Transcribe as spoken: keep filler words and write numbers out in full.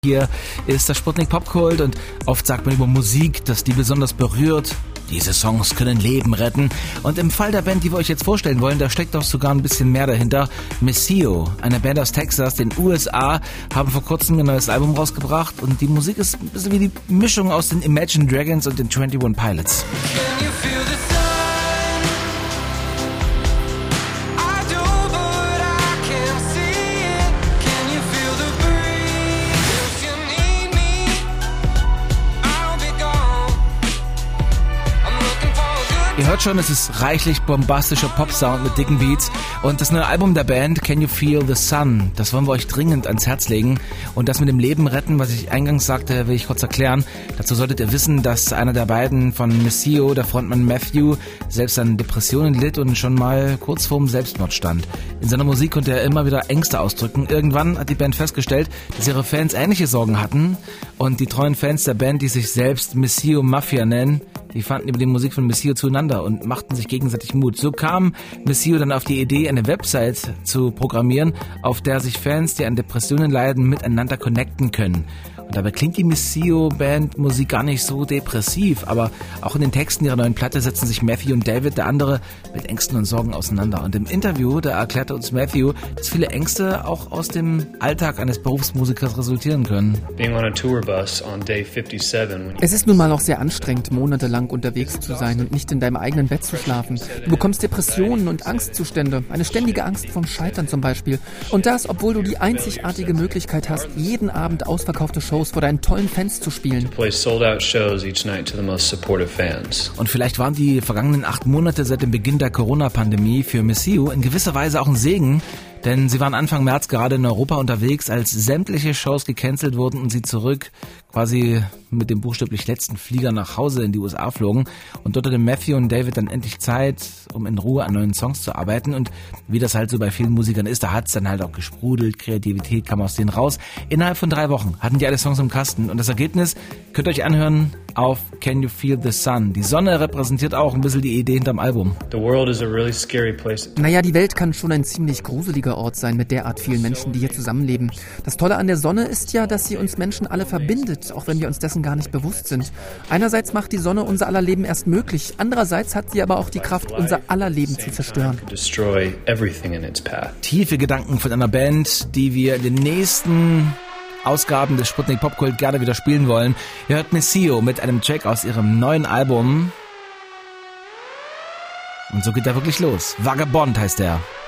Hier ist das Sputnik Popkult und oft sagt man über Musik, dass die besonders berührt. Diese Songs können Leben retten. Und im Fall der Band, die wir euch jetzt vorstellen wollen, da steckt doch sogar ein bisschen mehr dahinter. Messio, eine Band aus Texas, den U S A, haben vor kurzem ein neues Album rausgebracht. Und die Musik ist ein bisschen wie die Mischung aus den Imagine Dragons und den einundzwanzig Pilots. Ihr hört schon, es ist reichlich bombastischer Pop-Sound mit dicken Beats und das neue Album der Band, Can You Feel the Sun, das wollen wir euch dringend ans Herz legen und das mit dem Leben retten, was ich eingangs sagte, will ich kurz erklären. Dazu solltet ihr wissen, dass einer der beiden von Messio, der Frontmann Matthew, selbst an Depressionen litt und schon mal kurz vorm Selbstmord stand. In seiner Musik konnte er immer wieder Ängste ausdrücken. Irgendwann hat die Band festgestellt, dass ihre Fans ähnliche Sorgen hatten und die treuen Fans der Band, die sich selbst Messio Mafia nennen, die fanden über die Musik von Messio zueinander und machten sich gegenseitig Mut. So kam Messio dann auf die Idee, eine Website zu programmieren, auf der sich Fans, die an Depressionen leiden, miteinander connecten können. Und dabei klingt die Messio-Band-Musik gar nicht so depressiv, aber auch in den Texten ihrer neuen Platte setzen sich Matthew und David, der andere, mit Ängsten und Sorgen auseinander. Und im Interview, da erklärte uns Matthew, dass viele Ängste auch aus dem Alltag eines Berufsmusikers resultieren können. Es ist nun mal auch sehr anstrengend, monatelang unterwegs zu sein und nicht in deinem eigenen Bett zu schlafen. Du bekommst Depressionen und Angstzustände, eine ständige Angst vom Scheitern zum Beispiel. Und das, obwohl du die einzigartige Möglichkeit hast, jeden Abend ausverkaufte Shows vor deinen tollen Fans zu spielen. Und vielleicht waren die vergangenen acht Monate seit dem Beginn der Corona-Pandemie für Messio in gewisser Weise auch ein Segen, denn sie waren Anfang März gerade in Europa unterwegs, als sämtliche Shows gecancelt wurden und sie zurück quasi mit dem buchstäblich letzten Flieger nach Hause in die U S A flogen. Und dort hatten Matthew und David dann endlich Zeit, um in Ruhe an neuen Songs zu arbeiten. Und wie das halt so bei vielen Musikern ist, da hat es dann halt auch gesprudelt, Kreativität kam aus denen raus. Innerhalb von drei Wochen hatten die alle Songs im Kasten. Und das Ergebnis könnt ihr euch anhören auf Can You Feel the Sun. Die Sonne repräsentiert auch ein bisschen die Idee hinterm Album. The world is a really scary place. Naja, die Welt kann schon ein ziemlich gruseliger Ort sein mit derart vielen Menschen, die hier zusammenleben. Das Tolle an der Sonne ist ja, dass sie uns Menschen alle verbindet, auch wenn wir uns dessen gar nicht bewusst sind. Einerseits macht die Sonne unser aller Leben erst möglich, andererseits hat sie aber auch die Kraft, unser aller Leben zu zerstören. Tiefe Gedanken von einer Band, die wir in den nächsten Ausgaben des Sputnik Popkult gerne wieder spielen wollen. Ihr hört Messio mit einem Track aus ihrem neuen Album. Und so geht er wirklich los. Vagabond heißt er.